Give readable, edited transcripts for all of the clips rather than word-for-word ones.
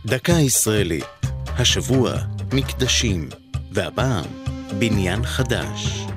דקה ישראלית, השבוע מקדשים, והפעם בניין חדש.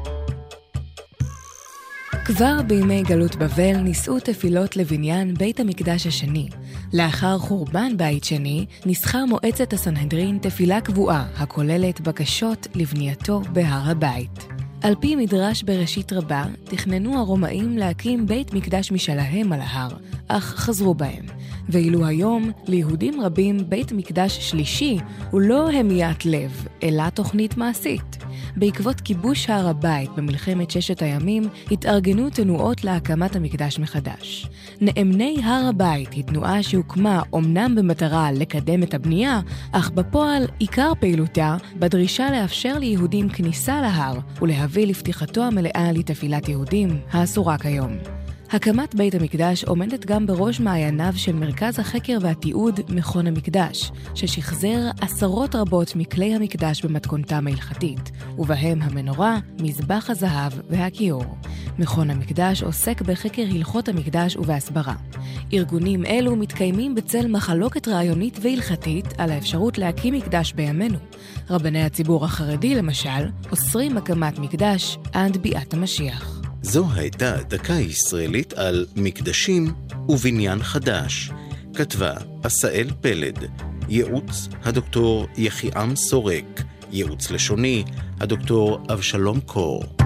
כבר בימי גלות בבל נישאו תפילות לבניין בית המקדש השני. לאחר חורבן בית שני, ניסחה מועצת הסנהדרין תפילה קבועה הכוללת בקשות לבנייתו בהר הבית. על פי מדרש בראשית רבה, תכננו הרומאים להקים בית מקדש משלהם על ההר, אך חזרו בהם. ואילו היום, ליהודים רבים בית מקדש שלישי הוא לא המיית לב, אלא תוכנית מעשית. בעקבות כיבוש הר הבית במלחמת ששת הימים, התארגנו תנועות להקמת המקדש מחדש. נאמני הר הבית היא תנועה שהוקמה אומנם במטרה לקדם את הבנייה, אך בפועל עיקר פעילותה בדרישה לאפשר ליהודים כניסה להר ולהביא לפתיחתו המלאה לתפילת יהודים, האסורה כיום. הקמת בית המקדש עומדת גם בראש מעייניו של מרכז החקר והתיעוד מכון המקדש, ששחזר עשרות רבות מכלי המקדש במתכונתם ההלכתית, ובהם המנורה, מזבח הזהב והכיור. מכון המקדש עוסק בחקר הלכות המקדש ובהסברה. ארגונים אלו מתקיימים בצל מחלוקת רעיונית והלכתית על האפשרות להקים מקדש בימינו. רבני הציבור החרדי, למשל, אוסרים הקמת מקדש עד ביאת המשיח. זו הייתה דקה ישראלית על מקדשים ובניין חדש. כתבה עשאל פלד, ייעוץ הדוקטור יחיעם סורק, ייעוץ לשוני הדוקטור אבשלום קור.